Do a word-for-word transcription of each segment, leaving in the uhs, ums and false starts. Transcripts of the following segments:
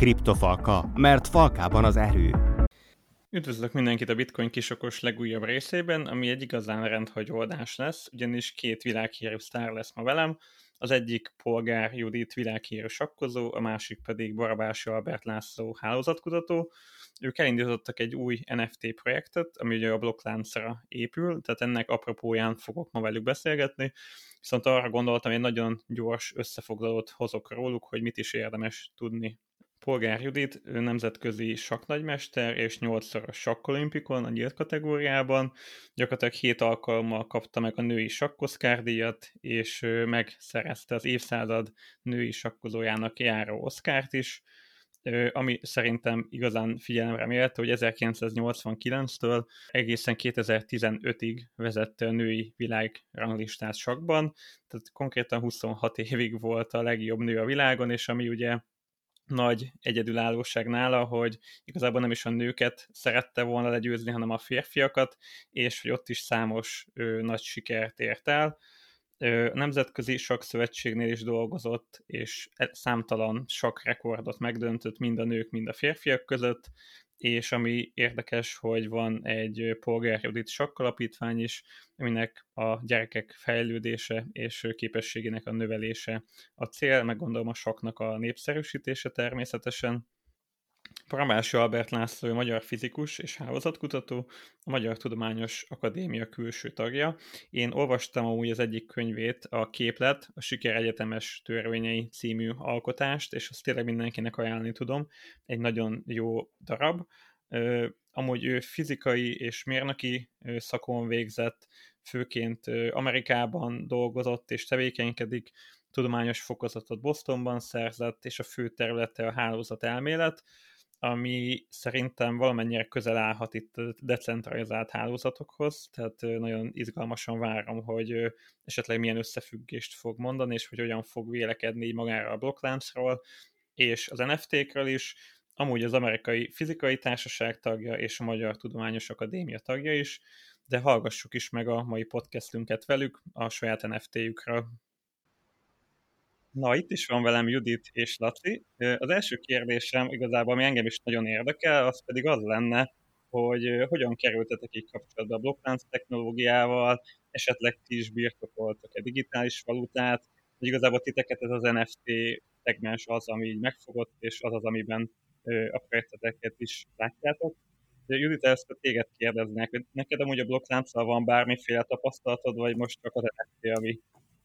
Kriptofalka, mert falkában az erő. Üdvözlök mindenkit a Bitcoin kisokos legújabb részében, ami egy igazán rendhagyó adás lesz, ugyanis két világhírű sztár lesz ma velem, az egyik Polgár Judit világhírű sakkozó, a másik pedig Barabási Albert László hálózatkutató. Ők elindítottak egy új en ef té projektet, ami ugye a blokkláncra épül, tehát ennek apropóján fogok ma velük beszélgetni, viszont arra gondoltam, hogy egy nagyon gyors összefoglalót hozok róluk, hogy mit is érdemes tudni. Polgár Judit, ő nemzetközi sakknagymester és nyolcszoros sakkolimpikon a nyílt kategóriában. Gyakorlatilag hét alkalommal kapta meg a női sakkoszkár-díjat, és megszerezte az évszázad női sakkozójának járó Oscart is, ami szerintem igazán figyelemre méltó, hogy ezerkilencszáznyolcvankilenctől egészen kétezer-tizenötig vezette a női világranglistát sakkban, tehát konkrétan huszonhat évig volt a legjobb nő a világon, és ami ugye nagy egyedülállóság nála, hogy igazából nem is a nőket szerette volna legyőzni, hanem a férfiakat, és hogy ott is számos ö, nagy sikert ért el. Ö, a Nemzetközi Sakkszövetségnél is dolgozott, és számtalan sakkrekordot megdöntött mind a nők, mind a férfiak között, és ami érdekes, hogy van egy Polgár Judit sakkalapítvány is, aminek a gyerekek fejlődése és képességének a növelése a cél, meg gondolom a sakknak a népszerűsítése természetesen. Barabási Albert László magyar fizikus és hálózatkutató, a Magyar Tudományos Akadémia külső tagja. Én olvastam amúgy az egyik könyvét, a Képlet, a Siker Egyetemes Törvényei című alkotást, és azt tényleg mindenkinek ajánlani tudom. Egy nagyon jó darab. Amúgy ő fizikai és mérnöki szakon végzett, főként Amerikában dolgozott és tevékenykedik, tudományos fokozatot Bostonban szerzett, és a fő területe a hálózatelmélet, ami szerintem valamennyire közel állhat itt a decentralizált hálózatokhoz, tehát nagyon izgalmasan várom, hogy esetleg milyen összefüggést fog mondani, és hogy hogyan fog vélekedni magára a blokkláncról, és az en ef té-kről is, amúgy az Amerikai Fizikai Társaság tagja, és a Magyar Tudományos Akadémia tagja is, de hallgassuk is meg a mai podcastünket velük a saját en ef té-jükről. Na, itt is van velem Judit és Laci. Az első kérdésem igazából, ami engem is nagyon érdekel, az pedig az lenne, hogy hogyan kerültetek így kapcsolatba a blokklánc technológiával, esetleg ti is birtokoltak-e digitális valutát, hogy igazából titeket ez az en ef té szegmens az, ami így megfogott, és az az, amiben a projekteteket is látjátok. De Judit, először téged kérdeznek, hogy neked amúgy a blokklánccal van bármiféle tapasztalatod, vagy most csak az en ef té, ami...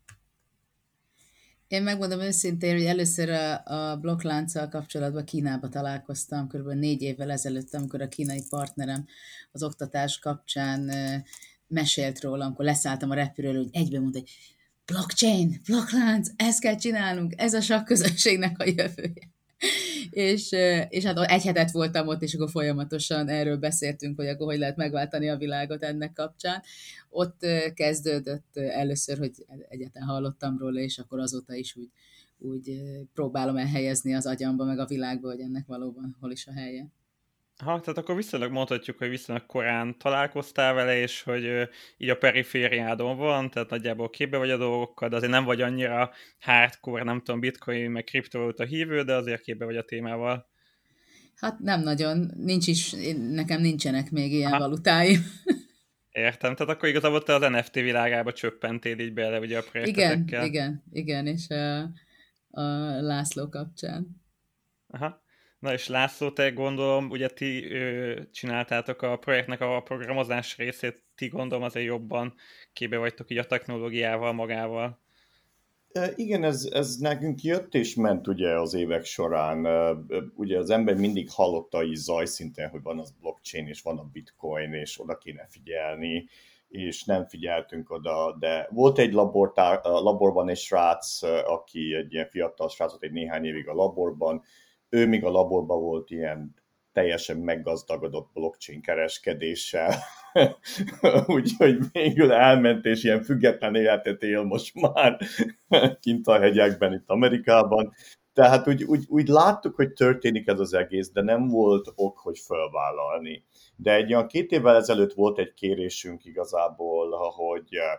Én megmondom őszintén, hogy először a, a blokklánccal kapcsolatban Kínába találkoztam, kb. négy évvel ezelőtt, amikor a kínai partnerem az oktatás kapcsán mesélt róla, amikor leszálltam a repülőről, hogy egyben mondta, hogy blockchain, blokklánc, ezt kell csinálnunk, ez a sakközönségnek a jövője. és, és hát egy hetet voltam ott, és akkor folyamatosan erről beszéltünk, hogy akkor hogy lehet megváltani a világot ennek kapcsán. Ott kezdődött először, hogy egyáltalán hallottam róla, és akkor azóta is úgy, úgy próbálom elhelyezni az agyamba, meg a világba, hogy ennek valóban hol is a helye. Ha, tehát akkor viszonylag mondhatjuk, hogy viszonylag korán találkoztál vele, és hogy így a perifériádon van, tehát nagyjából képbe vagy a dolgokkal, de azért nem vagy annyira hardcore, nem tudom, bitcoin, meg kriptovaluta hívő, de azért képbe vagy a témával. Hát nem nagyon, nincs is, nekem nincsenek még ilyen Aha. valutáim. Értem, tehát akkor igazából te az en ef té világába csöppentél így bele, ugye a projektetekkel. Igen, igen, igen, és a, a László kapcsán. Aha. Na és László, te gondolom, ugye ti ö, csináltátok a projektnek a programozás részét, ti gondolom azért jobban képbe vagytok így a technológiával magával. Igen, ez, ez nekünk jött és ment ugye az évek során. Ugye az ember mindig hallotta így zajszinten, hogy van az blockchain, és van a bitcoin, és oda kéne figyelni, és nem figyeltünk oda, de volt egy labortár, laborban egy srác, aki egy ilyen fiatal srác, egy néhány évig a laborban, ő még a laborban volt ilyen teljesen meggazdagodott blockchain kereskedéssel, úgyhogy végül elment, és ilyen független életet él most már kint a hegyekben, itt Amerikában. Tehát úgy, úgy, úgy láttuk, hogy történik ez az egész, de nem volt ok, hogy felvállalni. De egy olyan két évvel ezelőtt volt egy kérésünk igazából, hogy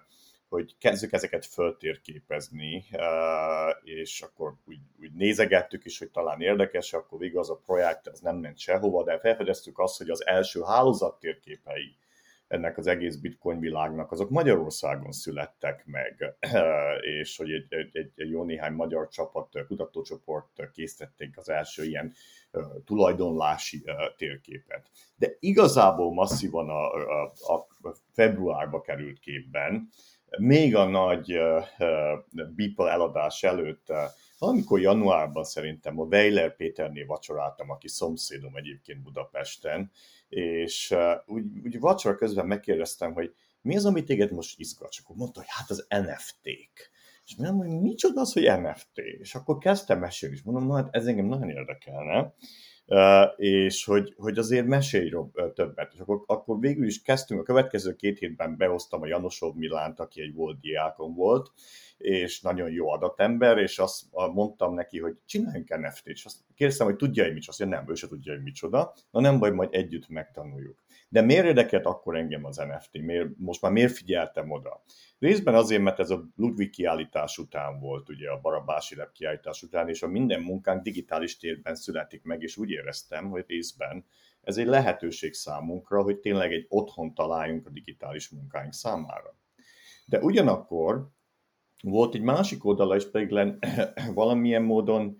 hogy kezdjük ezeket föltérképezni, és akkor úgy, úgy nézegettük is, hogy talán érdekes, akkor végül az a projekt az nem ment sehova, de felfedeztük azt, hogy az első hálózat térképei ennek az egész bitcoin világnak, azok Magyarországon születtek meg, és hogy egy, egy, egy jó néhány magyar csapat, kutatócsoport készítették az első ilyen tulajdonlási térképet. De igazából masszívan a, a, a februárba került képben, még a nagy Beeple eladás előtt, valamikor januárban szerintem a Weiler Péternél vacsoráltam, aki szomszédom egyébként Budapesten, és úgy, úgy vacsora közben megkérdeztem, hogy mi az, ami téged most izgat? És akkor mondta, hogy hát az en ef té-k. És mondom, hogy micsoda az, hogy en ef té? És akkor kezdtem mesélni, és mondom, na hát ez engem nagyon érdekelne. Uh, és hogy, hogy azért mesélj uh, többet. És akkor, akkor végül is kezdtünk, a következő két hétben behoztam a Janosov Milánt, aki egy volt diákom volt, és nagyon jó adatember, és azt mondtam neki, hogy csináljunk en ef té-t, és azt kérdeztem, hogy tudja, hogy micsoda, azt mondja, nem, ő se tudja, hogy micsoda, na nem baj, majd együtt megtanuljuk. De miért érdekelt akkor engem az en ef té? Miért, most már miért figyeltem oda? Részben azért, mert ez a Ludwig kiállítás után volt, ugye a Barabási Lab kiállítás után, és a minden munkánk digitális térben születik meg, és úgy éreztem, hogy részben ez egy lehetőség számunkra, hogy tényleg egy otthon találjunk a digitális munkáink számára. De ugyanakkor volt egy másik oldala, és pedig valamilyen módon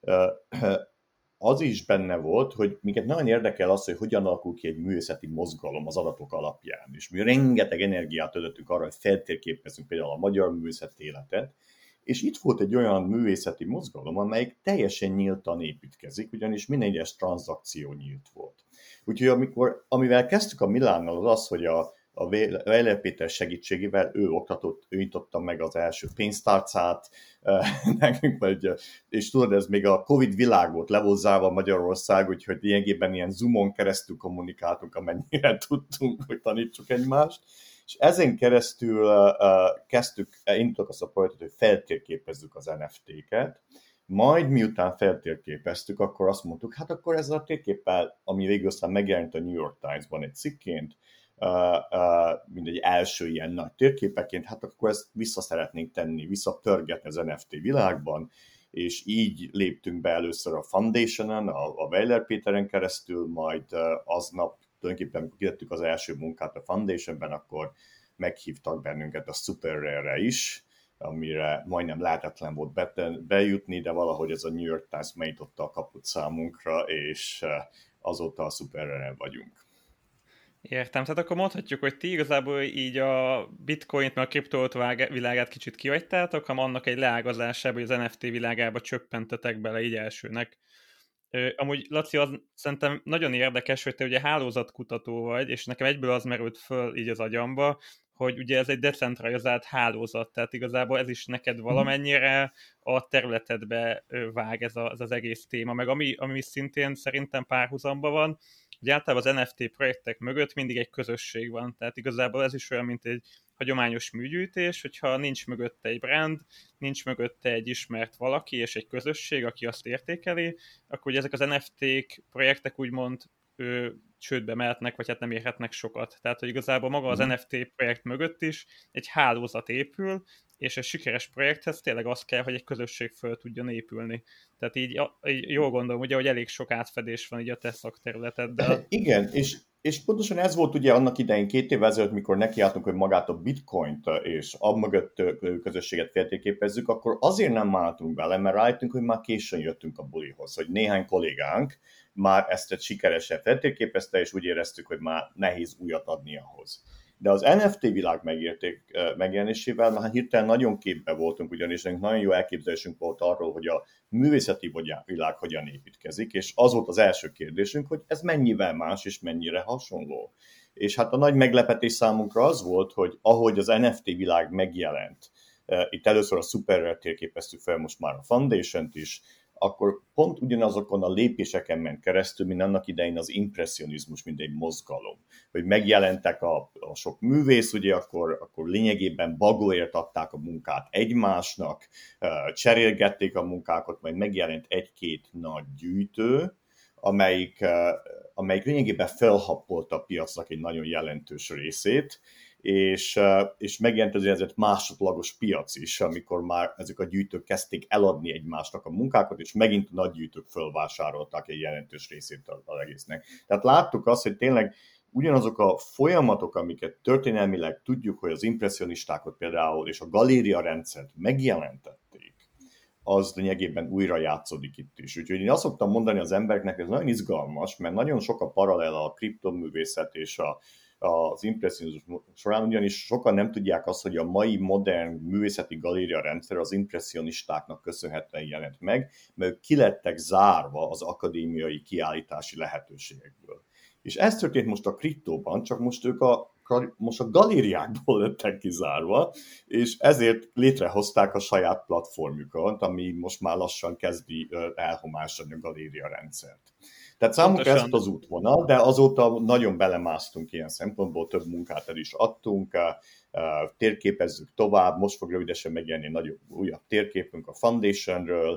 az is benne volt, hogy minket nagyon érdekel az, hogy hogyan alakul ki egy művészeti mozgalom az adatok alapján. És mi rengeteg energiát ödöttünk arra, hogy feltérképezzünk például a magyar művészeti életet, és itt volt egy olyan művészeti mozgalom, amelyik teljesen nyíltan építkezik, ugyanis minden egyes tranzakció nyílt volt. Úgyhogy amikor, amivel kezdtük a Milánnal, az az, hogy a a Weiler Péter segítségével ő oktatott, ő nyitotta meg az első pénztárcát nekünk, vagy, és tudod, ez még a Covid világ volt, le volt zárva Magyarország, úgyhogy lényegében ilyen Zoomon keresztül kommunikáltunk, amennyire tudtunk, hogy tanítsuk egymást. És ezen keresztül uh, kezdtük, indítottuk azt a projektet, hogy feltérképezzük az en ef té-ket, majd miután feltérképeztük, akkor azt mondtuk, hát akkor ezzel a térképpel, ami végül aztán megjelent a New York Times-ban egy cikként, Uh, uh, mint egy első ilyen nagy térképeként, hát akkor ezt vissza szeretnénk tenni, visszapörgetni az en ef té világban, és így léptünk be először a Foundationen, a, a Weiler Péteren keresztül, majd uh, aznap tulajdonképpen, amikor kiadtuk az első munkát a Foundationben, akkor meghívtak bennünket a Super Rare-re is, amire majdnem lehetetlen volt bejutni, de valahogy ez a New York Times megnyitotta a kaput számunkra, és uh, azóta a Super Rare-en vagyunk. Értem, tehát akkor mondhatjuk, hogy ti igazából így a bitcoint, meg a kriptót világát kicsit kihagytátok, hanem annak egy leágazásába, hogy az en ef té világába csöppentetek bele így elsőnek. Amúgy, Laci, az szerintem nagyon érdekes, hogy te ugye hálózatkutató vagy, és nekem egyből az merült föl így az agyamba, hogy ugye ez egy decentralizált hálózat, tehát igazából ez is neked valamennyire a területedbe vág ez, a, ez az egész téma, meg ami, ami szintén szerintem párhuzamban van, hogy általában az en ef té projektek mögött mindig egy közösség van, tehát igazából ez is olyan, mint egy hagyományos műgyűjtés, hogyha nincs mögötte egy brand, nincs mögötte egy ismert valaki és egy közösség, aki azt értékeli, akkor ugye ezek az en ef té-k projektek úgymond ő, csődbe mehetnek, vagy hát nem érhetnek sokat. Tehát, hogy igazából maga az en ef té projekt mögött is egy hálózat épül, és egy sikeres projekthez tényleg az kell, hogy egy közösség föl tudjon épülni. Tehát így, így jól gondolom, ugye, hogy elég sok átfedés van így a te szakterületeddel. Igen, és, és pontosan ez volt ugye annak idején két évvel ezelőtt, mikor nekiálltunk, hogy magát a bitcoint és abmögött közösséget feltérképezzük, akkor azért nem álltunk bele, mert rájöttünk, hogy már későn jöttünk a bulihoz, hogy néhány kollégánk már ezt egy sikeresen feltérképezte, és úgy éreztük, hogy már nehéz újat adni ahhoz. De az en ef té világ megérték, megjelenésével már hirtelen nagyon képbe voltunk, ugyanis nagyon jó elképzelésünk volt arról, hogy a művészeti világ hogyan építkezik, és az volt az első kérdésünk, hogy ez mennyivel más és mennyire hasonló. És hát a nagy meglepetés számunkra az volt, hogy ahogy az en ef té világ megjelent, itt először a Super Rare térképeztük fel, most már a Foundation-t is, akkor pont ugyanazokon a lépéseken ment keresztül, mint annak idején az impresszionizmus, mint egy mozgalom. Hogy megjelentek a, a sok művész, ugye akkor, akkor lényegében bagóért adták a munkát egymásnak, cserélgették a munkákat, majd megjelent egy-két nagy gyűjtő, amelyik, amelyik lényegében felhappolta a piacnak egy nagyon jelentős részét, és, és megjelent az úgynevezett másodlagos piac is, amikor már ezek a gyűjtők kezdték eladni egymásnak a munkákat, és megint a nagy gyűjtők fölvásárolták egy jelentős részét az egésznek. Tehát láttuk azt, hogy tényleg ugyanazok a folyamatok, amiket történelmileg tudjuk, hogy az impresszionistákat például és a galéria rendszert megjelentették, az lényegében újra játszódik itt is. Úgyhogy én azt szoktam mondani az embereknek, ez nagyon izgalmas, mert nagyon sok a paralel a kriptoművészet és a, az impresszionizmus során, ugyanis sokan nem tudják azt, hogy a mai modern művészeti galéria rendszer az impresszionistáknak köszönhetően jelent meg, mert ők ki lettek zárva az akadémiai kiállítási lehetőségekből. És ez történt most a kriptóban, csak most ők a, most a galériákból lettek kizárva, és ezért létrehozták a saját platformjukat, ami most már lassan kezdi elhomásolni a galéria rendszert. Tehát számunkra ez az útvonal, de azóta nagyon belemásztunk ilyen szempontból, több munkát el is adtunk, térképezzük tovább, most fog rövidesen megjelenni nagyobb újabb térképünk a Foundationről,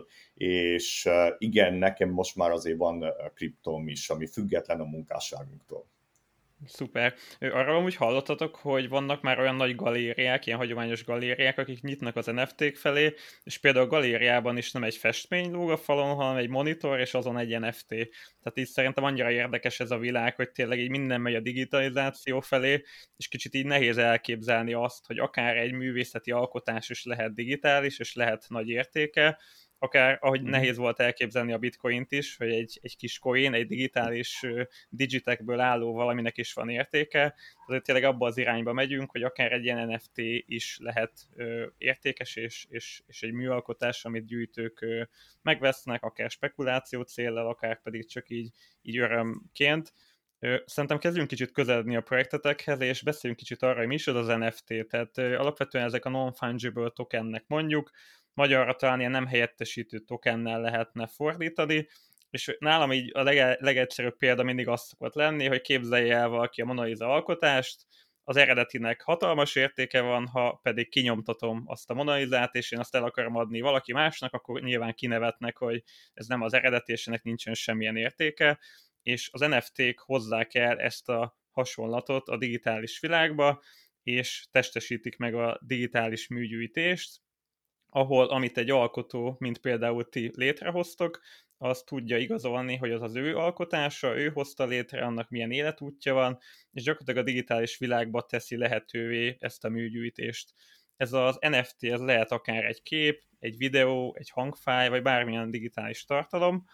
és igen, nekem most már azért van kriptóm is, ami független a munkásságunktól. Szuper. Arról amúgy hallottatok, hogy vannak már olyan nagy galériák, ilyen hagyományos galériák, akik nyitnak az en ef té-k felé, és például a galériában is nem egy festmény lóg a falon, hanem egy monitor, és azon egy en ef té. Tehát így szerintem annyira érdekes ez a világ, hogy tényleg így minden megy a digitalizáció felé, és kicsit így nehéz elképzelni azt, hogy akár egy művészeti alkotás is lehet digitális, és lehet nagy értéke, akár ahogy nehéz volt elképzelni a bitcoint is, hogy egy, egy kis coin, egy digitális uh, digitekből álló valaminek is van értéke, azért tényleg abba az irányba megyünk, hogy akár egy ilyen en ef té is lehet uh, értékes, és, és, és egy műalkotás, amit gyűjtők uh, megvesznek, akár spekuláció céllal, akár pedig csak így, így örömként. Uh, szerintem kezdjünk kicsit közeledni a projektetekhez, és beszéljünk kicsit arra, hogy mi is az az en ef té, tehát uh, alapvetően ezek a non-fungible tokennek mondjuk, magyarra talán ilyen nem helyettesítő tokennel lehetne fordítani, és nálam így a lege, legegyszerűbb példa mindig az szokott lenni, hogy képzelje el valaki a Mona Lisa alkotást, az eredetinek hatalmas értéke van, ha pedig kinyomtatom azt a Mona Lisát, és én azt el akarom adni valaki másnak, akkor nyilván kinevetnek, hogy ez nem az eredeti, és ennek nincsen semmilyen értéke, és az en ef té-k hozzák el ezt a hasonlatot a digitális világba, és testesítik meg a digitális műgyűjtést, ahol amit egy alkotó, mint például ti létrehoztok, az tudja igazolni, hogy az az ő alkotása, ő hozta létre, annak milyen életútja van, és gyakorlatilag a digitális világba teszi lehetővé ezt a műgyűjtést. Ez az en ef té, ez lehet akár egy kép, egy videó, egy hangfájl, vagy bármilyen digitális tartalom.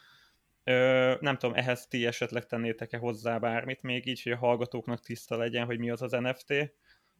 Ö, nem tudom, ehhez ti esetleg tennétek-e hozzá bármit még így, hogy a hallgatóknak tiszta legyen, hogy mi az az en ef té?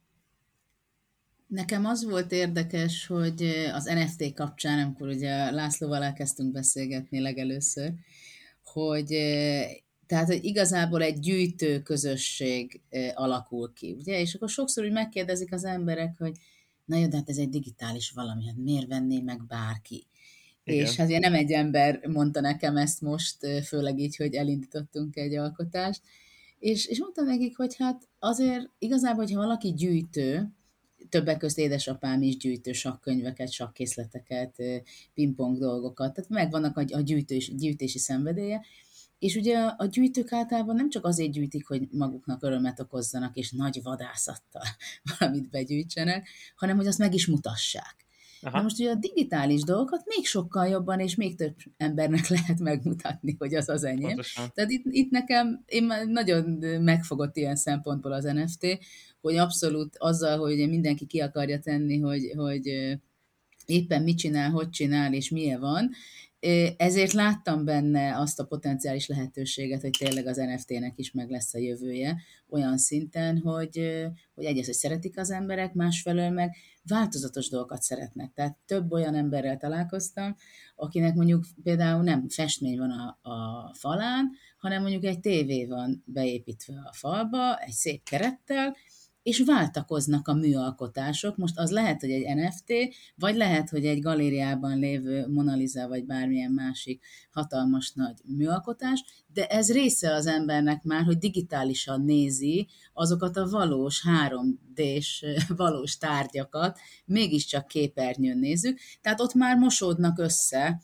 Nekem az volt érdekes, hogy az en ef té kapcsán, amikor ugye Lászlóval elkezdtünk beszélgetni legelőször, hogy tehát, hogy igazából egy gyűjtő közösség alakul ki, ugye? És akkor sokszor úgy megkérdezik az emberek, hogy na jó, de hát ez egy digitális valami, hát miért venné meg bárki? Igen. És hát ugye nem egy ember mondta nekem ezt most, főleg így, hogy elindítottunk egy alkotást, és, és mondtam nekik, hogy hát azért igazából, hogyha valaki gyűjtő, többek közt édesapám is gyűjtő sakkönyveket, sakkészleteket, pingpong dolgokat, tehát megvannak a gyűjtős, gyűjtési szenvedélye, és ugye a gyűjtők általában nem csak azért gyűjtik, hogy maguknak örömet okozzanak, és nagy vadászattal valamit begyűjtsenek, hanem hogy azt meg is mutassák. Aha. Na most ugye a digitális dolgokat még sokkal jobban, és még több embernek lehet megmutatni, hogy az az enyém. Pontosan. Tehát itt, itt nekem én nagyon megfogott ilyen szempontból az en ef té, hogy abszolút azzal, hogy mindenki ki akarja tenni, hogy, hogy éppen mit csinál, hogy csinál, és milyen van, ezért láttam benne azt a potenciális lehetőséget, hogy tényleg az en ef té-nek is meg lesz a jövője, olyan szinten, hogy, hogy egyrészt, hogy szeretik az emberek, másfelől meg változatos dolgokat szeretnek. Tehát több olyan emberrel találkoztam, akinek mondjuk például nem festmény van a, a falán, hanem mondjuk egy tévé van beépítve a falba, egy szép kerettel, és váltakoznak a műalkotások. Most az lehet, hogy egy en ef té, vagy lehet, hogy egy galériában lévő Mona Lisa, vagy bármilyen másik hatalmas nagy műalkotás, de ez része az embernek már, hogy digitálisan nézi azokat a valós három dés valós tárgyakat, mégiscsak képernyőn nézzük, tehát ott már mosódnak össze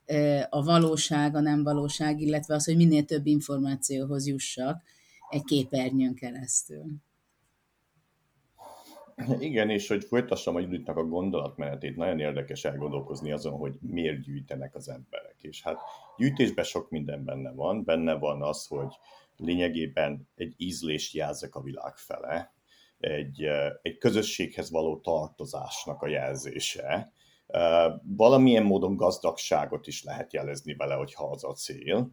a valóság, a nem valóság, illetve az, hogy minél több információhoz jussak egy képernyőn keresztül. Igen, és hogy folytassam a Juditnak a gondolatmenetét, nagyon érdekes elgondolkozni azon, hogy miért gyűjtenek az emberek. És hát gyűjtésben sok minden benne van. Benne van az, hogy lényegében egy ízlést jelzek a világ fele, egy, egy közösséghez való tartozásnak a jelzése. Valamilyen módon gazdagságot is lehet jelezni vele, hogyha az a cél.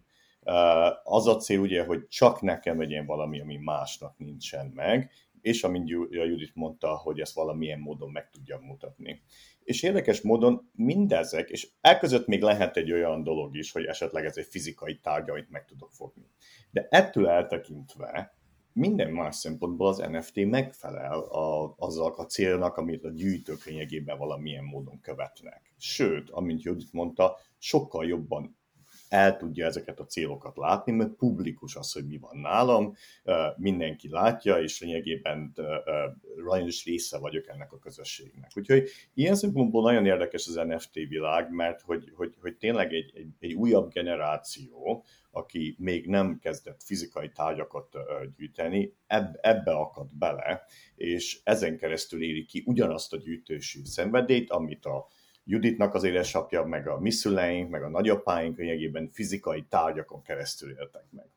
Az a cél ugye, hogy csak nekem legyen valami, ami másnak nincsen meg, és amint Judit mondta, hogy ezt valamilyen módon meg tudjam mutatni. És érdekes módon mindezek, és elközött még lehet egy olyan dolog is, hogy esetleg ez egy fizikai tárgy, amit meg tudok fogni. De ettől eltekintve minden más szempontból az en ef té megfelel a, azzal a célnak, amit a gyűjtők lényegében valamilyen módon követnek. Sőt, amint Judit mondta, sokkal jobban el tudja ezeket a célokat látni, mert publikus az, hogy mi van nálam, mindenki látja, és lényegében nagyon is része vagyok ennek a közösségnek. Úgyhogy ilyen szempontból nagyon érdekes az en ef té világ, mert hogy, hogy, hogy tényleg egy, egy, egy újabb generáció, aki még nem kezdett fizikai tárgyakat gyűjteni, ebbe akad bele, és ezen keresztül éri ki ugyanazt a gyűjtési szenvedélyt, amit a Juditnak az édesapja, meg a mi szüleink, meg a nagyapáink lényegében fizikai tárgyakon keresztül éltek meg.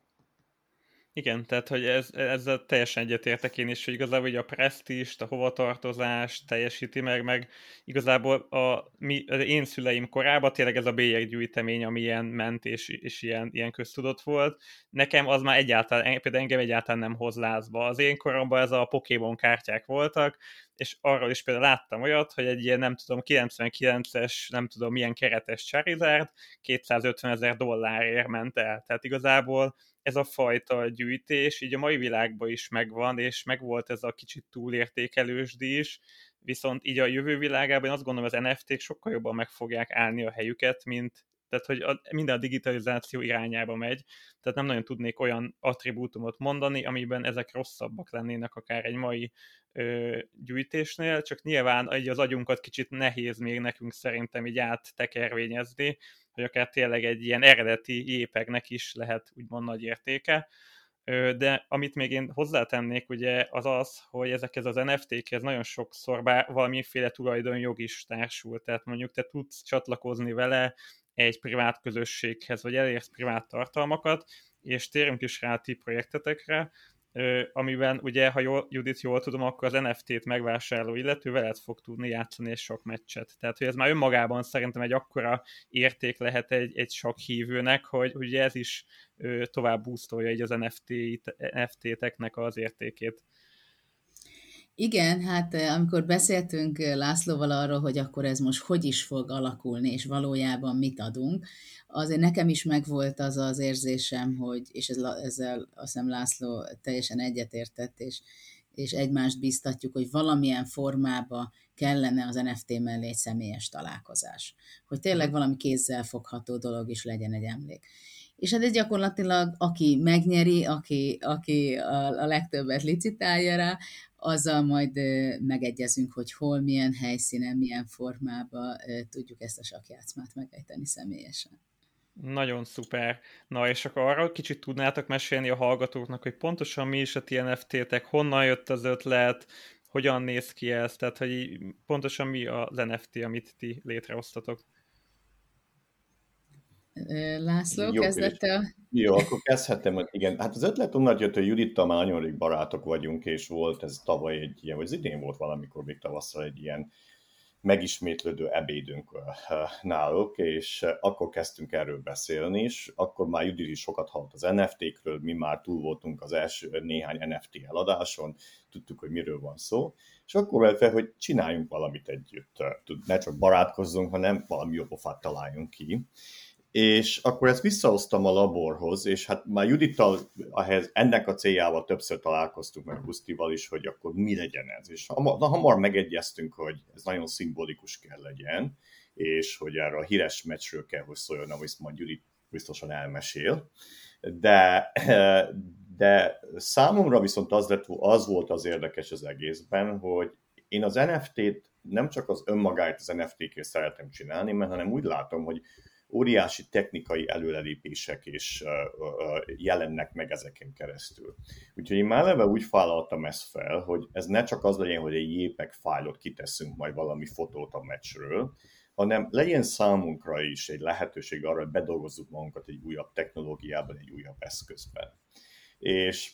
Igen, tehát hogy ez, ezzel teljesen egyetértek én is, hogy igazából hogy a presztízst, a hovatartozást teljesíti meg, meg igazából a, mi, az én szüleim korában tényleg ez a bélyeggyűjtemény, ami ilyen ment és, és ilyen, ilyen köztudott volt. Nekem az már egyáltalán, például engem egyáltalán nem hoz lázba. Az én koromban ez a Pokémon kártyák voltak, és arról is például láttam olyat, hogy egy ilyen nem tudom kilencvenkilences, nem tudom milyen keretes Charizard kétszázötven ezer dollárért ment el. Tehát igazából ez a fajta gyűjtés így a mai világban is megvan, és megvolt ez a kicsit túlértékelősdi is, viszont így a jövő világában én azt gondolom, az en ef té-k sokkal jobban meg fogják állni a helyüket, mint tehát, hogy a, minden a digitalizáció irányába megy, tehát nem nagyon tudnék olyan attribútumot mondani, amiben ezek rosszabbak lennének akár egy mai ö, gyűjtésnél, csak nyilván így az agyunkat kicsit nehéz még nekünk szerintem így áttekervényezni, hogy akár tényleg egy ilyen eredeti jépegnek is lehet úgymond nagy értéke. De amit még én hozzátennék, ugye az az, hogy ezekhez az en ef té-khez nagyon sokszor bár valamiféle tulajdonjog is társul, tehát mondjuk te tudsz csatlakozni vele egy privát közösséghez, vagy elérsz privát tartalmakat, és térjünk is rá a ti projektetekre, amiben ugye, ha jól, Judit jól tudom, akkor az en ef té-t megvásárló illető veled fog tudni játszani egy sok meccset. Tehát, hogy ez már önmagában szerintem egy akkora érték lehet egy, egy sok hívőnek, hogy ugye ez is tovább boostolja így az en ef té-teknek az értékét. Igen, hát amikor beszéltünk Lászlóval arról, hogy akkor ez most hogy is fog alakulni, és valójában mit adunk, azért nekem is megvolt az az érzésem, hogy, és ez, ezzel azt hiszem László teljesen egyetértett, és, és egymást bíztatjuk, hogy valamilyen formába kellene az en ef té mellé egy személyes találkozás. Hogy tényleg valami kézzel fogható dolog is legyen egy emlék. És hát ez gyakorlatilag, aki megnyeri, aki, aki a, a legtöbbet licitálja rá, azzal majd megegyezünk, hogy hol, milyen helyszínen, milyen formában tudjuk ezt a sakkjátszmát megejteni személyesen. Nagyon szuper. Na, és akkor arra kicsit tudnátok mesélni a hallgatóknak, hogy pontosan mi is a ti en ef té-tek, honnan jött az ötlet, hogyan néz ki ez, tehát hogy pontosan mi az en ef té, amit ti létrehoztatok. László, kezdette? Jó, akkor kezdhetem. Igen, hát az ötlet onnan jött, hogy Judittal már nagyon rég barátok vagyunk, és volt ez tavaly egy ilyen, vagy az idén volt valamikor még tavasszal egy ilyen megismétlődő ebédünk náluk, és akkor kezdtünk erről beszélni, és akkor már Judit is sokat hallt az en ef té-kről, mi már túl voltunk az első néhány en ef té eladáson, tudtuk, hogy miről van szó, és akkor vett fel, hogy csináljunk valamit együtt, ne csak barátkozzunk, hanem valami jobb pofát találjunk ki. És akkor ezt visszahoztam a laborhoz, és hát már Judittal ahhez, ennek a céljával többször találkoztunk, meg Gusztival is, hogy akkor mi legyen ez. És hamar megegyeztünk, hogy ez nagyon szimbolikus kell legyen, és hogy erre a híres meccsről kell, hogy szóljon, amit majd Judit biztosan elmesél. De, de számomra viszont az, lett, az volt az érdekes az egészben, hogy én az en ef té-t nem csak az önmagáit az en ef té-kért szeretem csinálni, mert hanem úgy látom, hogy óriási technikai előrelépések is jelennek meg ezeken keresztül. Úgyhogy én már eleve úgy vállaltam ezt fel, hogy ez ne csak az legyen, hogy egy JPEG fájlot kiteszünk majd valami fotót a meccsről, hanem legyen számunkra is egy lehetőség arra, hogy bedolgozzuk magunkat egy újabb technológiában, egy újabb eszközben. És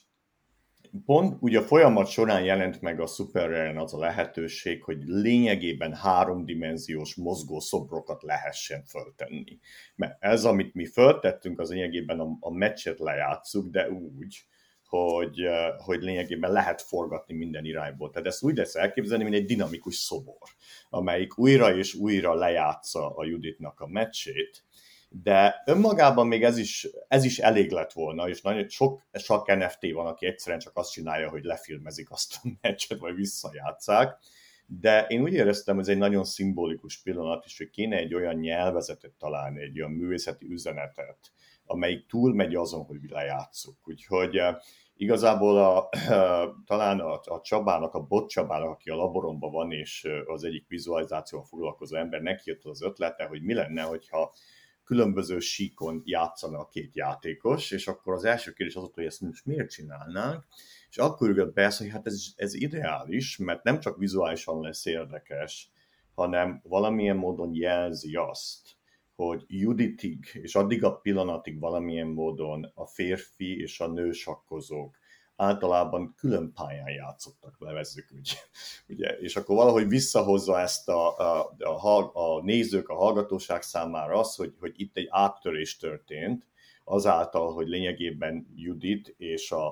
pont ugye a folyamat során jelent meg a Super Rare-en az a lehetőség, hogy lényegében háromdimenziós mozgó szobrokat lehessen föltenni. Mert ez, amit mi föltettünk, az lényegében a, a meccset lejátszuk, de úgy, hogy, hogy lényegében lehet forgatni minden irányból. Tehát ezt úgy lesz elképzelni, mint egy dinamikus szobor, amelyik újra és újra lejátsza a Juditnak a meccsét, de önmagában még ez is, ez is elég lett volna, és nagyon sok, sok en ef té van, aki egyszerűen csak azt csinálja, hogy lefilmezik azt a meccset, vagy visszajátszák, de én úgy éreztem, hogy ez egy nagyon szimbolikus pillanat, és hogy kéne egy olyan nyelvezetet találni, egy olyan művészeti üzenetet, amelyik túlmegy azon, hogy lejátszuk. Úgyhogy igazából a, talán a, a Csabának, a Bot Csabának, aki a laboromban van, és az egyik vizualizációval foglalkozó ember, neki jött az ötlete, hogy mi lenne, hogyha különböző síkon játszana a két játékos, és akkor az első kérdés az volt, hogy ezt most miért csinálnánk, és akkor ürült be hogy hát ez, ez ideális, mert nem csak vizuálisan lesz érdekes, hanem valamilyen módon jelzi azt, hogy Juditig, és addig a pillanatig valamilyen módon a férfi és a nő sakkozók általában külön pályán játszottak, levezzük, ugye. ugye. És akkor valahogy visszahozza ezt a, a, a, a nézők, a hallgatóság számára az, hogy, hogy itt egy áttörés történt, azáltal, hogy lényegében Judit és a,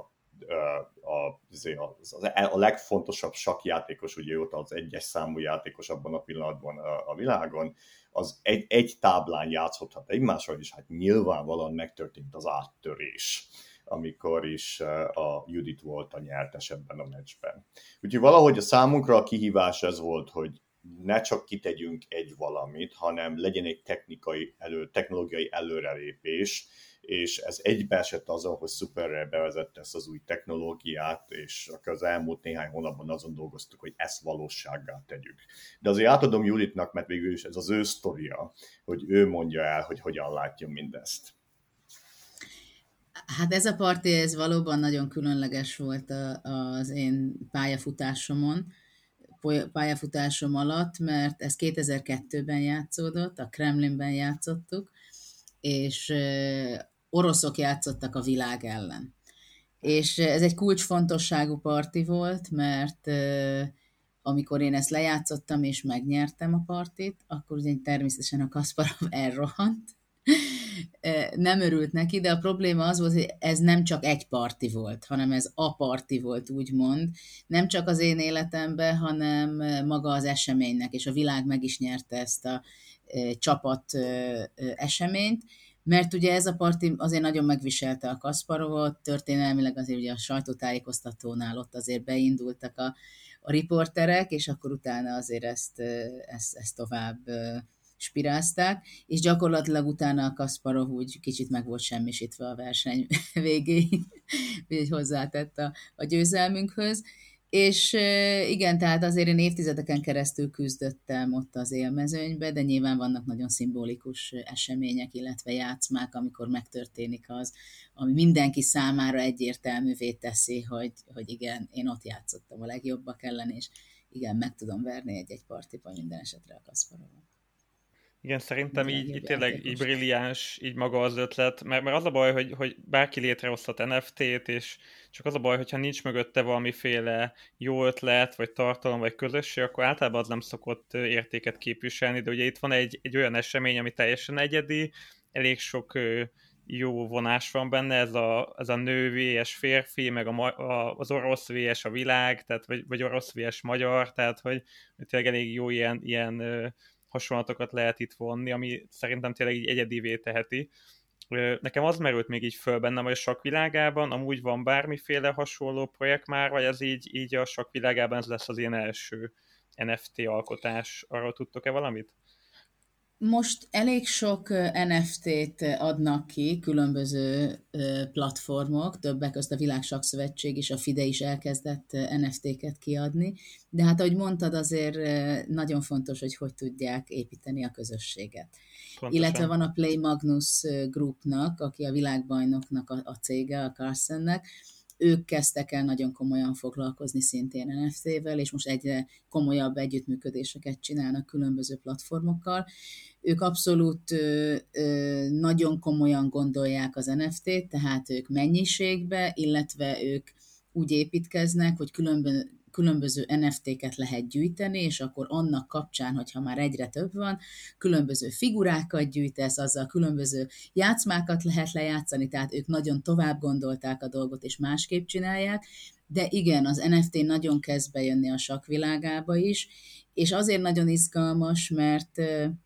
a, a, a legfontosabb sakkjátékos, ugye ott az egyes számú játékos abban a pillanatban a, a világon, az egy, egy táblán játszhathat egymással, és hát nyilvánvalóan megtörtént az áttörés, amikor is a Judit volt a nyertes ebben a meccsben. Úgyhogy valahogy a számunkra a kihívás ez volt, hogy ne csak kitegyünk egy valamit, hanem legyen egy technikai elő, technológiai előrelépés, és ez egybeesett azon, hogy Super Rare bevezette ezt az új technológiát, és akkor az elmúlt néhány hónapban azon dolgoztuk, hogy ezt valósággá tegyük. De azért átadom Juditnak, mert végül is ez az ő sztoria, hogy ő mondja el, hogy hogyan látja mindezt. Hát ez a parti, ez valóban nagyon különleges volt a, az én pályafutásomon, pályafutásom alatt, mert ez kétezer-kettőben játszódott, a Kremlinben játszottuk, és oroszok játszottak a világ ellen. És ez egy kulcsfontosságú parti volt, mert amikor én ezt lejátszottam és megnyertem a partit, akkor ugye természetesen a Kasparov elrohant, nem örült neki, de a probléma az volt, hogy ez nem csak egy parti volt, hanem ez a parti volt, úgymond. Nem csak az én életemben, hanem maga az eseménynek, és a világ meg is nyerte ezt a csapat eseményt, mert ugye ez a parti azért nagyon megviselte a Kasparovot, történelmileg azért ugye a sajtótájékoztatónál ott azért beindultak a, a riporterek, és akkor utána azért ezt, ezt, ezt tovább spirázták, és gyakorlatilag utána a Kasparov úgy kicsit meg volt semmisítve a verseny végéig, így hozzátett a, a győzelmünkhöz. És igen, tehát azért én évtizedeken keresztül küzdöttem ott az élmezőnybe, de nyilván vannak nagyon szimbolikus események, illetve játszmák, amikor megtörténik az, ami mindenki számára egyértelművé teszi, hogy, hogy igen, én ott játszottam a legjobbak ellen, és igen, meg tudom verni egy-egy partiban minden esetre a Kasparovot. Igen, szerintem így, így tényleg így brilliáns, így maga az ötlet, mert, mert az a baj, hogy, hogy bárki létrehozhat en ef té-t, és csak az a baj, hogyha nincs mögötte valamiféle jó ötlet, vagy tartalom, vagy közösség, akkor általában az nem szokott értéket képviselni, de ugye itt van egy, egy olyan esemény, ami teljesen egyedi, elég sok jó vonás van benne, ez a, ez a nő vs férfi, meg a, a, az orosz vs a világ, tehát, vagy, vagy orosz vs magyar, tehát hogy, hogy tényleg elég jó ilyen, ilyen hasonlatokat lehet itt vonni, ami szerintem tényleg így egyedivé teheti. Nekem az merült még így föl bennem, hogy a sakkvilágában amúgy van bármiféle hasonló projekt már, vagy ez így, így a sakkvilágában ez lesz az ilyen első en ef té alkotás. Arról tudtok-e valamit? Most elég sok en ef té-t adnak ki különböző platformok, többek közt a Világ Sakkszövetség és a FIDE is elkezdett en ef té-ket kiadni, de hát ahogy mondtad, azért nagyon fontos, hogy hogy tudják építeni a közösséget. Pontosan. Illetve van a Play Magnus Groupnak, aki a világbajnoknak a, a cége, a Carlsennek, ők kezdtek el nagyon komolyan foglalkozni szintén en ef té-vel, és most egyre komolyabb együttműködéseket csinálnak különböző platformokkal. Ők abszolút ö, ö, nagyon komolyan gondolják az en ef té-t, tehát ők mennyiségbe, illetve ők úgy építkeznek, hogy különböző, különböző en ef té-ket lehet gyűjteni, és akkor annak kapcsán, hogyha már egyre több van, különböző figurákat gyűjtesz, azzal különböző játszmákat lehet lejátszani, tehát ők nagyon tovább gondolták a dolgot, és másképp csinálják, de igen, az en ef té nagyon kezd bejönni a sakkvilágába is, és azért nagyon izgalmas, mert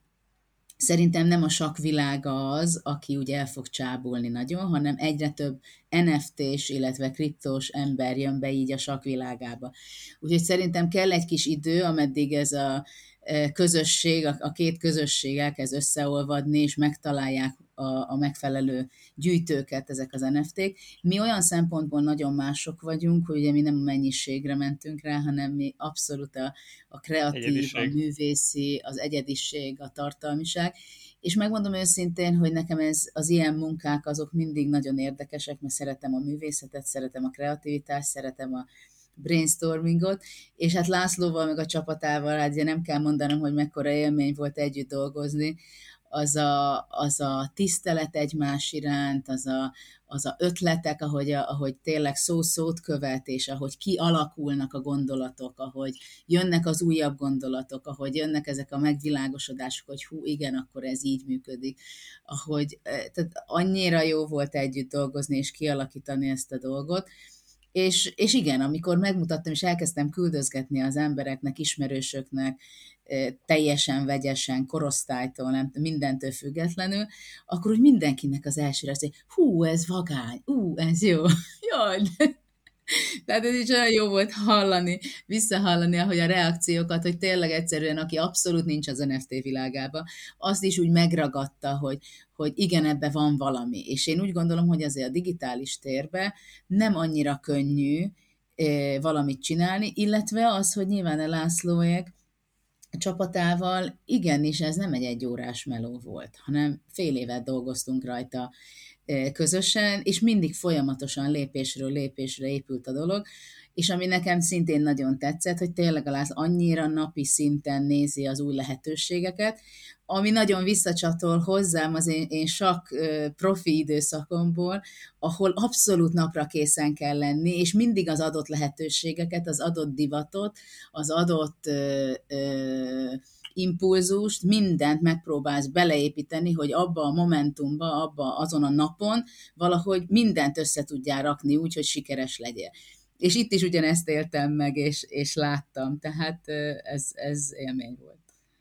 szerintem nem a sakkvilága az, aki ugye el fog csábulni nagyon, hanem egyre több en ef té-s, illetve kriptós ember jön be így a sakkvilágába. Úgyhogy szerintem kell egy kis idő, ameddig ez a közösség, a két közösség elkezd összeolvadni, és megtalálják a, a megfelelő gyűjtőket ezek az en ef té-k. Mi olyan szempontból nagyon mások vagyunk, hogy ugye mi nem a mennyiségre mentünk rá, hanem mi abszolút a, a kreatív, egyediség. A művészi, az egyediség, a tartalmiság. És megmondom őszintén, hogy nekem ez, az ilyen munkák azok mindig nagyon érdekesek, mert szeretem a művészetet, szeretem a kreativitást, szeretem a brainstormingot, és hát Lászlóval meg a csapatával, hát ugye nem kell mondanom, hogy mekkora élmény volt együtt dolgozni, az a, az a tisztelet egymás iránt, az a, az a ötletek, ahogy, a, ahogy tényleg szó-szót követ, és ahogy kialakulnak a gondolatok, ahogy jönnek az újabb gondolatok, ahogy jönnek ezek a megvilágosodások, hogy hú, igen, akkor ez így működik. Ahogy, tehát annyira jó volt együtt dolgozni, és kialakítani ezt a dolgot. És, és igen, amikor megmutattam, és elkezdtem küldözgetni az embereknek, ismerősöknek, teljesen vegyesen, korosztálytól, nem, mindentől függetlenül, akkor úgy mindenkinek az elsőre azt mondja, hú, ez vagány, ú, ez jó, jaj, tehát ez is olyan jó volt hallani, visszahallani, ahogy a reakciókat, hogy tényleg egyszerűen, aki abszolút nincs az en ef té világában, azt is úgy megragadta, hogy, hogy igen, ebbe van valami. És én úgy gondolom, hogy azért a digitális térbe nem annyira könnyű eh, valamit csinálni, illetve az, hogy nyilván a Lászlóék a csapatával igenis ez nem egy egyórás meló volt, hanem fél évet dolgoztunk rajta közösen, és mindig folyamatosan lépésről lépésre épült a dolog, és ami nekem szintén nagyon tetszett, hogy tényleg a László annyira napi szinten nézi az új lehetőségeket, ami nagyon visszacsatol hozzám az én, én sakk profi időszakomból, ahol abszolút napra készen kell lenni, és mindig az adott lehetőségeket, az adott divatot, az adott ö, ö, impulzust, mindent megpróbálsz beleépíteni, hogy abba a momentumba, abba azon a napon valahogy mindent össze tudjál rakni úgy, hogy sikeres legyél. És itt is ugyanezt éltem meg, és, és láttam, tehát ez, ez élmény volt.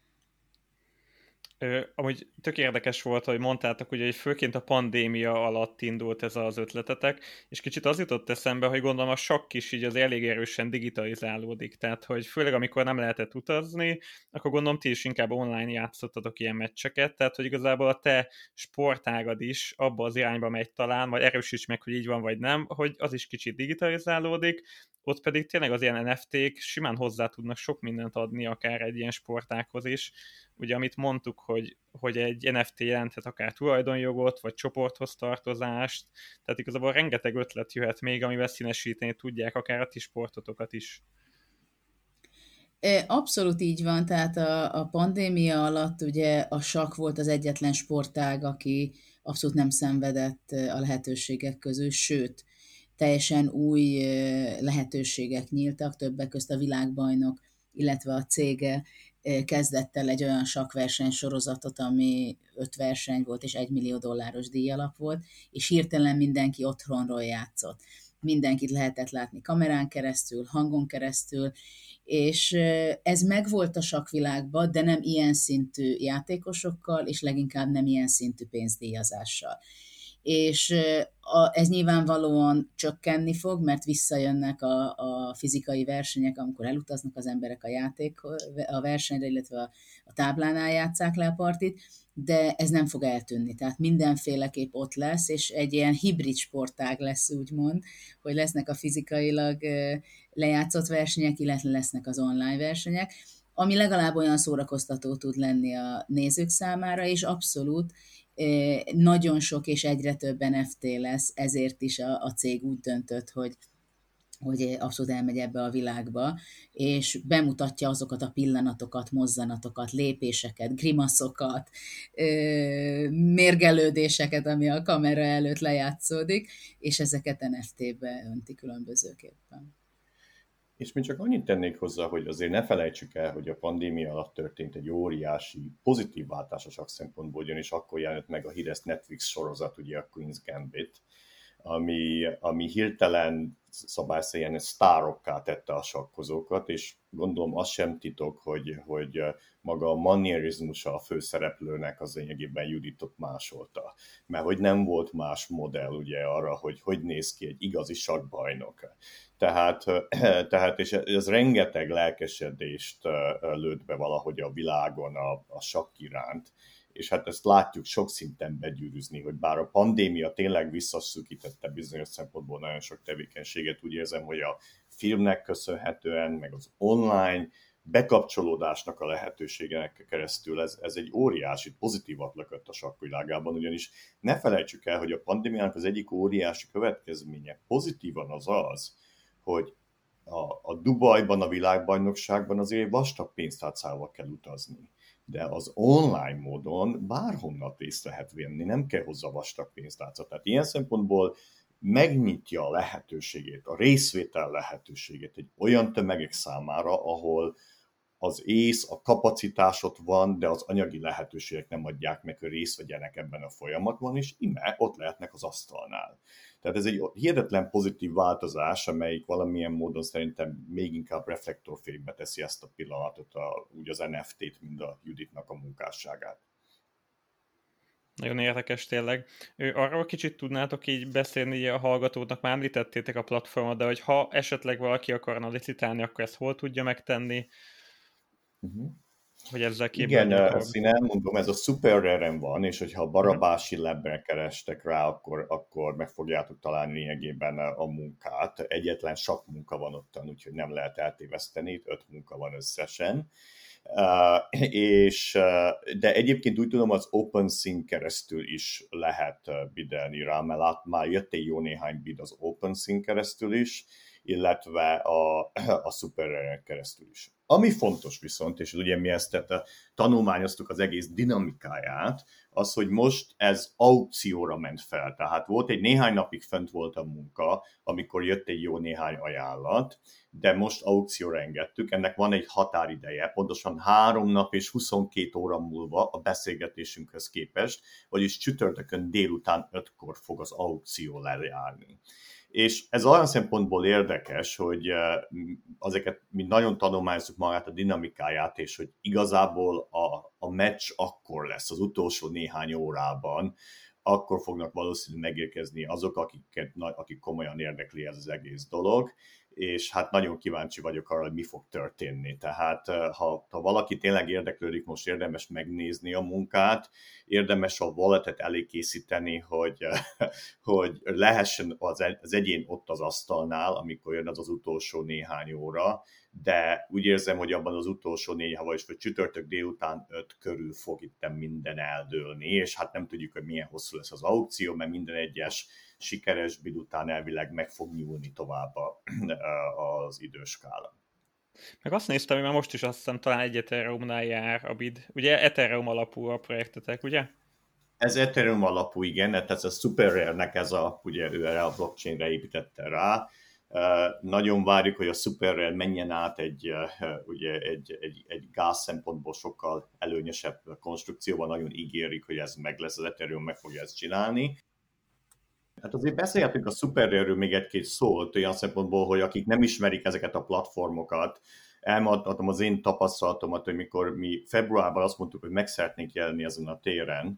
Ö, amúgy tök érdekes volt, hogy mondtátok, ugye, hogy főként a pandémia alatt indult ez az ötletetek, és kicsit az jutott eszembe, hogy gondolom a sakk is így az elég erősen digitalizálódik, tehát hogy főleg amikor nem lehetett utazni, akkor gondolom ti is inkább online játszottatok ilyen meccseket, tehát hogy igazából a te sportágad is abba az irányba megy talán, vagy erősíts meg, hogy így van vagy nem, hogy az is kicsit digitalizálódik, ott pedig tényleg az ilyen en ef té-k simán hozzá tudnak sok mindent adni, akár egy ilyen sportákhoz is. Ugye, amit mondtuk, hogy, hogy egy en ef té jelenthet akár tulajdonjogot, vagy csoporthoz tartozást, tehát igazából rengeteg ötlet jöhet még, amivel színesíteni tudják akár a ti sportotokat is. Abszolút így van, tehát a, a pandémia alatt ugye a sakk volt az egyetlen sportág, aki abszolút nem szenvedett a lehetőségek közül, sőt, teljesen új lehetőségek nyíltak, többek közt a világbajnok, illetve a cége kezdett el egy olyan sakkverseny sorozatot, ami öt verseny volt, és egy millió dolláros díjalap volt, és hirtelen mindenki otthonról játszott. Mindenkit lehetett látni kamerán keresztül, hangon keresztül, és ez megvolt a sakkvilágban, de nem ilyen szintű játékosokkal, és leginkább nem ilyen szintű pénzdíjazással. és a, ez nyilvánvalóan csökkenni fog, mert visszajönnek a, a fizikai versenyek, amikor elutaznak az emberek a játék, a versenyre, illetve a, a táblánál játsszák le a partit, de ez nem fog eltűnni, tehát mindenféleképp ott lesz, és egy ilyen hibrid sportág lesz, úgymond, hogy lesznek a fizikailag lejátszott versenyek, illetve lesznek az online versenyek, ami legalább olyan szórakoztató tud lenni a nézők számára, és abszolút nagyon sok és egyre több en ef té lesz, ezért is a, a cég úgy döntött, hogy hogy abszolút elmegy ebbe a világba, és bemutatja azokat a pillanatokat, mozzanatokat, lépéseket, grimaszokat, mérgelődéseket, ami a kamera előtt lejátszódik, és ezeket en ef té-be önti különbözőképpen. És még csak annyit tennék hozzá, hogy azért ne felejtsük el, hogy a pandémia alatt történt egy óriási pozitív váltás a sakk szempontból, ugyanis akkor jelent meg a híres Netflix sorozat, ugye a Queen's Gambit, ami, ami hirtelen szabályszerűen sztárokká tette a sakkozókat, és gondolom az sem titok, hogy, hogy maga a manierizmusa a főszereplőnek az lényegében Juditot másolta. Mert hogy nem volt más modell ugye arra, hogy hogy néz ki egy igazi sakkbajnok. Tehát, tehát és ez rengeteg lelkesedést lőtt be valahogy a világon a, a sakk iránt, és hát ezt látjuk sok szinten begyűrűzni, hogy bár a pandémia tényleg visszaszűkítette bizonyos szempontból nagyon sok tevékenységet, úgy érzem, hogy a filmnek köszönhetően, meg az online bekapcsolódásnak a lehetőségének keresztül ez, ez egy óriási pozitívat lökött a sakkvilágában, ugyanis ne felejtsük el, hogy a pandémiának az egyik óriási következménye pozitívan az az, hogy a, a Dubajban, a világbajnokságban azért vastag pénztárcával kell utazni. De az online módon bárhonnan részt lehet venni, nem kell hozzá vastag pénztárca. Tehát ilyen szempontból megnyitja a lehetőségét, a részvétel lehetőségét egy olyan tömegek számára, ahol az ész, a kapacitás ott van, de az anyagi lehetőségek nem adják meg, hogy részt vegyenek ebben a folyamatban, és ime ott lehetnek az asztalnál. Tehát ez egy hihetetlen pozitív változás, amelyik valamilyen módon szerintem még inkább reflektorfénybe teszi ezt a pillanatot, a, úgy az en ef té-t, mint a Juditnak a munkásságát. Nagyon érdekes tényleg. Arról kicsit tudnátok így beszélni a hallgatóknak, már említettétek a platformot, de hogy ha esetleg valaki akarna licitálni, akkor ezt hol tudja megtenni? Uh-huh. Hogy ezzel igen, ezt én elmondom, ez a Super Rare-en van, és hogyha a Barabási Labben kerestek rá, akkor, akkor meg fogjátok találni lényegében a munkát. Egyetlen sakk munka van ottan, úgyhogy nem lehet eltéveszteni, itt öt munka van összesen. Uh, és, uh, de egyébként úgy tudom, az OpenSync keresztül is lehet bidelni rá, mert lát, már jött egy jó néhány bid az OpenSync keresztül is, illetve a, a Super Rare-en keresztül is. Ami fontos viszont, és ugye mi ezt tehát, tanulmányoztuk az egész dinamikáját, az, hogy most ez aukcióra ment fel. Tehát volt egy néhány napig fent volt a munka, amikor jött egy jó néhány ajánlat, de most aukcióra engedtük. Ennek van egy határideje, pontosan három nap és huszonkét óra múlva a beszélgetésünkhöz képest, vagyis csütörtökön délután ötkor fog az aukció lejárni. És ez olyan szempontból érdekes, hogy ezeket mi nagyon tanulmányozzuk magát a dinamikáját, és hogy igazából a, a meccs akkor lesz, az utolsó néhány órában, akkor fognak valószínűleg megérkezni azok, akiket, akik komolyan érdekli ez az egész dolog, és hát nagyon kíváncsi vagyok arra, hogy mi fog történni. Tehát ha, ha valaki tényleg érdeklődik, most érdemes megnézni a munkát, érdemes a walletet elékészíteni, hogy, hogy lehessen az, az egyén ott az asztalnál, amikor jön az az utolsó néhány óra, de úgy érzem, hogy abban az utolsó négy, ha vagyis vagy csütörtök délután öt körül fog itt minden eldőlni, és hát nem tudjuk, hogy milyen hosszú lesz az aukció, mert minden egyes sikeres bid után elvileg meg fog nyúlni tovább az időskála. Meg azt néztem, hogy már most is azt hiszem talán egy Ethereumnál jár a bid. Ugye Ethereum alapú a projektetek, ugye? Ez Ethereum alapú, igen, tehát ez a Super Rare-nek ez a, ugye ő erre a blockchainre építette rá. Uh, nagyon várjuk, hogy a Super Rare menjen át egy, uh, ugye egy, egy, egy gáz szempontból sokkal előnyösebb konstrukcióban, nagyon ígérik, hogy ez meg lesz, az Ethereum meg fogja ezt csinálni. Hát azért beszélhetünk a Super Rare-ről még egy-két szót, olyan szempontból, hogy akik nem ismerik ezeket a platformokat, elmondhatom az én tapasztalatomat, hogy mikor mi februárban azt mondtuk, hogy meg szeretnénk jelenni ezen a téren,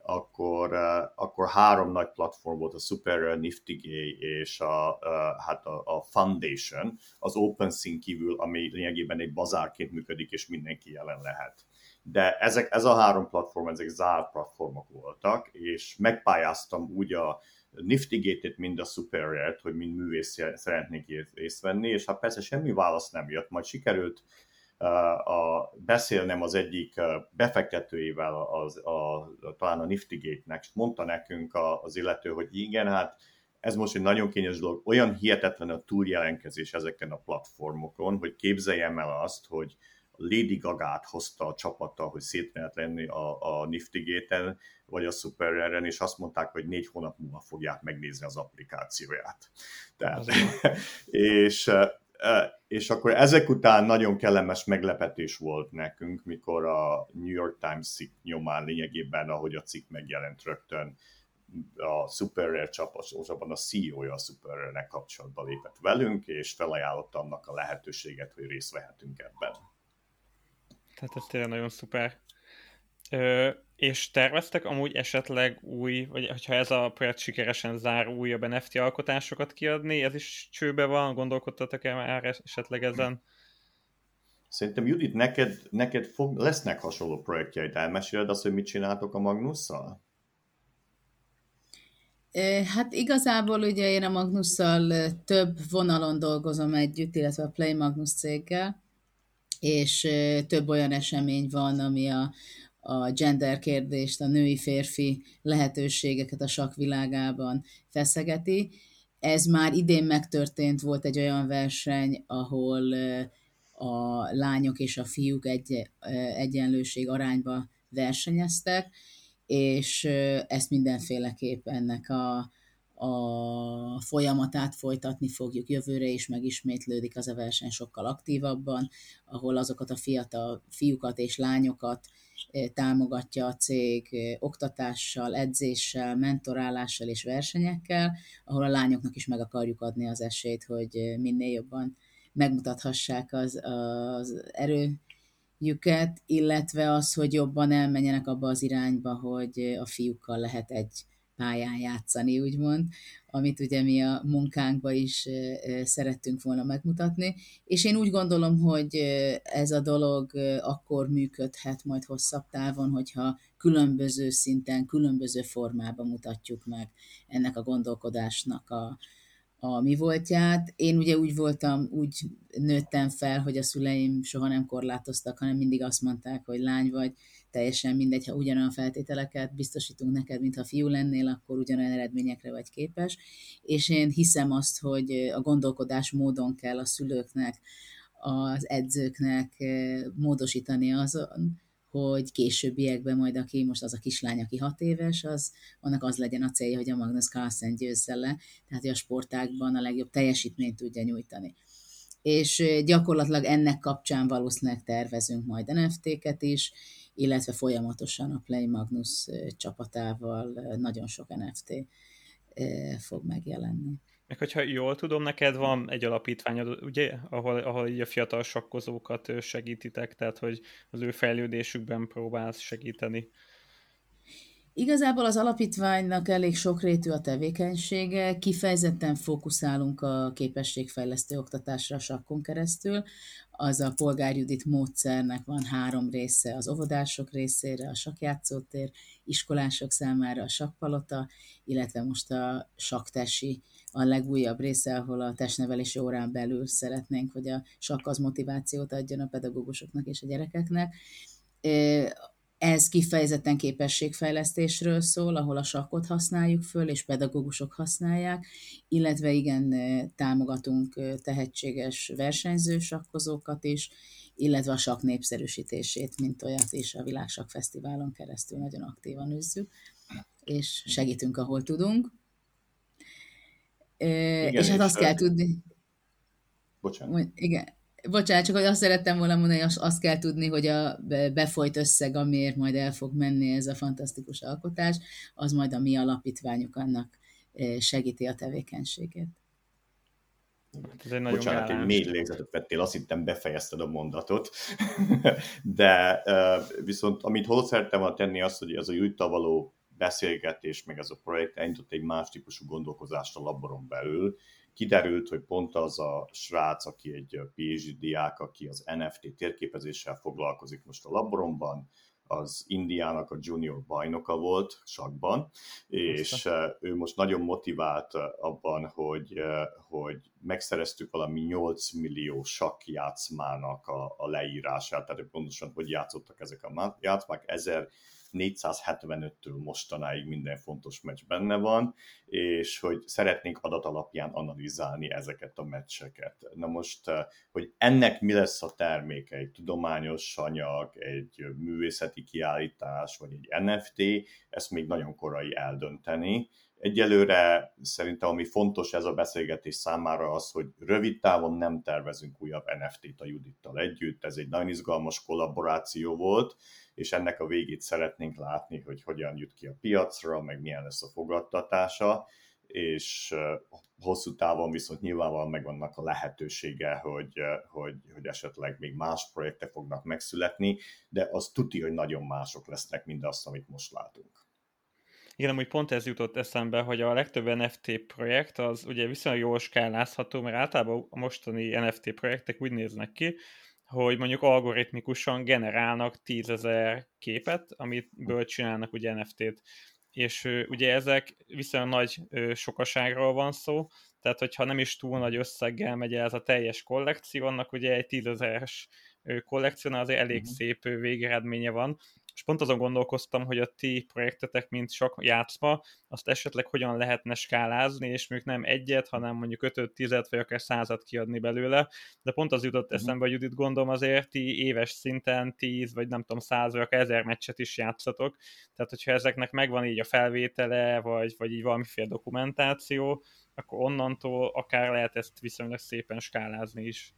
akkor, akkor három nagy platform volt, a Super Nifty és a, a, hát a, a Foundation, az OpenSea kívül, ami lényegében egy bazárként működik, és mindenki jelen lehet. De ezek, ez a három platform, ezek zárt platformok voltak, és megpályáztam úgy a Nifty-Gate-et, mind a Super-et, hogy mind művész szeretnék részt venni, és hát persze semmi válasz nem jött, majd sikerült uh, a, beszélnem az egyik uh, befektetőivel, az, a, a, talán a Nifty-Gate-nek, és mondta nekünk a, az illető, hogy igen, hát ez most egy nagyon kényes dolog, olyan hihetetlen a túljelenkezés ezeken a platformokon, hogy képzeljem el azt, hogy Lady Gagát hozta a csapata, hogy szét lehet lenni a, a Nifty-Gate-en, vagy a Super-en, és azt mondták, hogy négy hónap múlva fogják megnézni az applikációját. Tehát, és, és akkor ezek után nagyon kellemes meglepetés volt nekünk, mikor a New York Times cikk nyomán lényegében, ahogy a cikk megjelent rögtön, a Super-Rare csapatban a cé e ó-ja a Super-Rare-nek kapcsolatba lépett velünk, és felajánlotta annak a lehetőséget, hogy részt vehetünk ebben. Tehát ez tényleg nagyon szuper. Ö, és terveztek amúgy esetleg új, vagy hogyha ez a projekt sikeresen zár, újabb en ef té alkotásokat kiadni, ez is csőbe van, gondolkodtatok-e már esetleg ezen? Szerintem Judit, neked, neked fog, lesznek hasonló projektjeid, elmeséled azt, hogy mit csináltok a Magnusszal? Hát igazából ugye én a Magnusszal több vonalon dolgozom együtt, illetve a Play Magnus céggel, és több olyan esemény van, ami a, a gender kérdést, a női-férfi lehetőségeket a sakk világában feszegeti. Ez már idén megtörtént, volt egy olyan verseny, ahol a lányok és a fiúk egy, egyenlőség arányba versenyeztek, és ezt mindenféleképp ennek a, a folyamatát folytatni fogjuk jövőre is, megismétlődik az a verseny sokkal aktívabban, ahol azokat a fiatal fiúkat és lányokat támogatja a cég oktatással, edzéssel, mentorálással és versenyekkel, ahol a lányoknak is meg akarjuk adni az esélyt, hogy minél jobban megmutathassák az, az erőjüket, illetve az, hogy jobban elmenjenek abba az irányba, hogy a fiúkkal lehet egy pályán játszani, úgymond, amit ugye mi a munkánkban is szerettünk volna megmutatni, és én úgy gondolom, hogy ez a dolog akkor működhet majd hosszabb távon, hogyha különböző szinten, különböző formában mutatjuk meg ennek a gondolkodásnak a, a mi voltját. Én ugye úgy voltam, úgy nőttem fel, hogy a szüleim soha nem korlátoztak, hanem mindig azt mondták, hogy lány vagy, teljesen mindegy, ha ugyanolyan feltételeket biztosítunk neked, mintha fiú lennél, akkor ugyanolyan eredményekre vagy képes. És én hiszem azt, hogy a gondolkodás módon kell a szülőknek, az edzőknek módosítani azon, hogy későbbiekben majd, aki most az a kislány, aki hat éves, az, annak az legyen a célja, hogy a Magnus Carlsen győzze le, tehát hogy a sportágban a legjobb teljesítményt tudja nyújtani. És gyakorlatilag ennek kapcsán valószínűleg tervezünk majd en ef té-ket is, illetve folyamatosan a Play Magnus csapatával nagyon sok en ef té fog megjelenni. Meg hogyha jól tudom, neked van egy alapítványod, ugye, ahol, ahol így a fiatal sakkozókat segítitek, tehát hogy az ő fejlődésükben próbálsz segíteni. Igazából az alapítványnak elég sokrétű a tevékenysége, kifejezetten fókuszálunk a képességfejlesztő oktatásra a sakkon keresztül. Az a Polgár Judit módszernek van három része, az óvodások részére a sakkjátszótér, iskolások számára a sakkpalota, illetve most a sakktesi a legújabb része, ahol a testnevelési órán belül szeretnénk, hogy a sakk az motivációt adjon a pedagógusoknak és a gyerekeknek. Ez kifejezetten képességfejlesztésről szól, ahol a sakkot használjuk föl, és pedagógusok használják, illetve igen, támogatunk tehetséges versenyző sakkozókat is, illetve a sakk népszerűsítését, mint olyat is a Világsakkfesztiválon keresztül nagyon aktívan űzzük, és segítünk, ahol tudunk. Igen, és hát és azt kell tudni... Bocsánat. Igen. Bocsánat, csak hogy azt szerettem volna mondani, hogy azt kell tudni, hogy a befolyt összeg, amiért majd el fog menni ez a fantasztikus alkotás, az majd a mi alapítványuk annak segíti a tevékenységét. Bocsánat, egy mély légzetet vettél, azt hittem befejezted a mondatot, de viszont amit hol szerettem volna tenni azt, hogy ez a Judittal való beszélgetés, meg ez a projekt elindított egy más típusú gondolkozást a laboron belül. Kiderült, hogy pont az a srác, aki egy PhD diák, aki az en ef té térképezéssel foglalkozik most a laboromban, az Indiának a junior bajnoka volt sakkban, és ő most nagyon motivált abban, hogy, hogy megszereztük valami nyolc millió sakkjátszmának a, a leírását, tehát pontosan hogy játszottak ezek a játszmák, ezernégyszázhetvenöttől mostanáig minden fontos meccs benne van, és hogy szeretnénk adat alapján analizálni ezeket a meccseket. Na most, hogy ennek mi lesz a terméke, egy tudományos anyag, egy művészeti kiállítás, vagy egy en ef té, ezt még nagyon korai eldönteni. Egyelőre szerintem ami fontos ez a beszélgetés számára az, hogy rövid távon nem tervezünk újabb en ef té-t a Judittal együtt. Ez egy nagyon izgalmas kollaboráció volt, és ennek a végét szeretnénk látni, hogy hogyan jut ki a piacra, meg milyen lesz a fogadtatása, és hosszú távon viszont nyilvánvalóan megvannak a lehetősége, hogy, hogy, hogy esetleg még más projektek fognak megszületni, de az tuti, hogy nagyon mások lesznek, mint azt, amit most látunk. Igen, amúgy pont ez jutott eszembe, hogy a legtöbb en ef té projekt az ugye viszonylag jól skálázható, mert általában a mostani en ef té projektek úgy néznek ki, hogy mondjuk algoritmikusan generálnak tízezer képet, amitből csinálnak ugye en ef té-t. És ugye ezek viszonylag nagy sokaságról van szó, tehát hogyha nem is túl nagy összeggel megy el ez a teljes kollekció, annak ugye egy tízezeres kollekciónál azért elég uh-huh. szép végeredménye van, és pont azon gondolkoztam, hogy a ti projektetek, mint sok játszma, azt esetleg hogyan lehetne skálázni, és mondjuk nem egyet, hanem mondjuk ötöt, tizet, vagy akár százat kiadni belőle, de pont az jutott uh-huh. eszembe, hogy Judit, gondolom azért ti éves szinten tíz, vagy nem tudom, száz, vagy akár ezer meccset is játszatok, tehát hogyha ezeknek megvan így a felvétele, vagy, vagy így valamiféle dokumentáció, akkor onnantól akár lehet ezt viszonylag szépen skálázni is.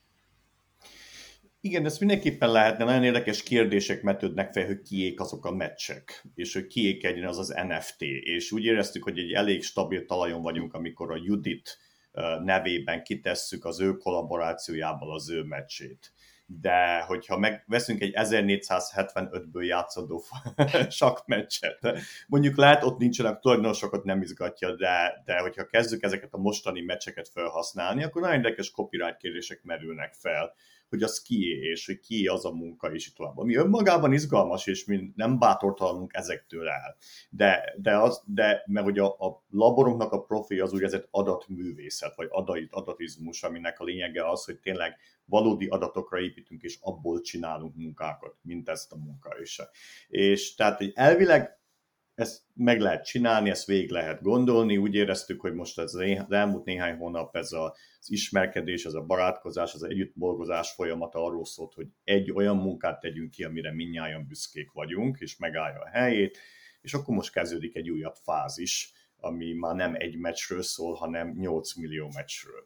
Igen, ezt mindenképpen lehetne. Nagyon érdekes kérdések vetődnek fel, hogy kiék azok a meccsek, és hogy kiék egyen az az en ef té. És úgy éreztük, hogy egy elég stabil talajon vagyunk, amikor a Judit nevében kitesszük az ő kollaborációjából az ő meccsét. De hogyha megveszünk egy ezernégyszázhetvenötből játszódó sakkmeccset, mondjuk lehet, ott nincsenek tulajdonosokat, nem izgatja, de, de hogyha kezdjük ezeket a mostani meccseket felhasználni, akkor nagyon érdekes copyright kérdések merülnek fel, hogy az kié, és hogy kié az a munka, és így tovább. Ami önmagában izgalmas, és mi nem bátortalanunk ezektől el. De, de, az, de mert hogy a, a laborunknak a profi az úgynevezett adatművészet, vagy adat, adatizmus, aminek a lényege az, hogy tényleg valódi adatokra építünk, és abból csinálunk munkákat, mint ezt a munka is. És tehát, hogy elvileg ezt meg lehet csinálni, ezt végig lehet gondolni. Úgy éreztük, hogy most az elmúlt néhány hónap ez az ismerkedés, ez a barátkozás, az együttdolgozás folyamata arról szólt, hogy egy olyan munkát tegyünk ki, amire mindnyájan büszkék vagyunk, és megállja a helyét, és akkor most kezdődik egy újabb fázis, ami már nem egy meccsről szól, hanem nyolc millió meccsről.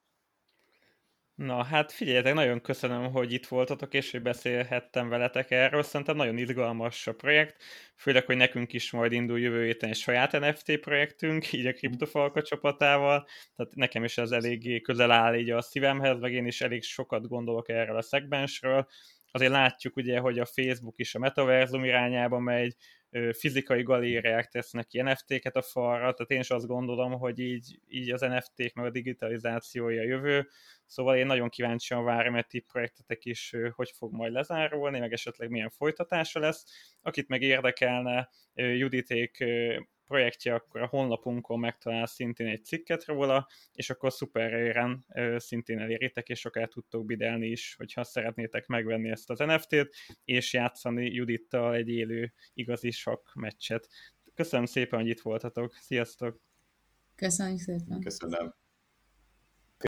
Na hát figyeljetek, nagyon köszönöm, hogy itt voltatok, és hogy beszélhettem veletek erről. Szerintem nagyon izgalmas a projekt, főleg, hogy nekünk is majd indul jövő héten egy saját en ef té projektünk, így a Kriptofalka csapatával, tehát nekem is ez eléggé közel áll így a szívemhez, meg én is elég sokat gondolok erről a szegmensről. Azért látjuk ugye, hogy a Facebook is a metaverzum irányába megy, fizikai galériák tesznek ki en ef té-ket a falra, tehát én is azt gondolom, hogy így, így az en ef té-k meg a digitalizációja a jövő, szóval én nagyon kíváncsian várom, hogy ti projektetek is hogy fog majd lezárulni, meg esetleg milyen folytatása lesz. Akit meg érdekelne Juditék projektje, akkor a honlapunkon megtalál szintén egy cikket róla, és akkor szuperréren szintén eléritek, és akár tudtok bidelni is, hogyha szeretnétek megvenni ezt az en ef té-t, és játszani Judittal egy élő igazi sakk meccset. Köszönöm szépen, hogy itt voltatok. Sziasztok! Köszönjük szépen! Köszönöm!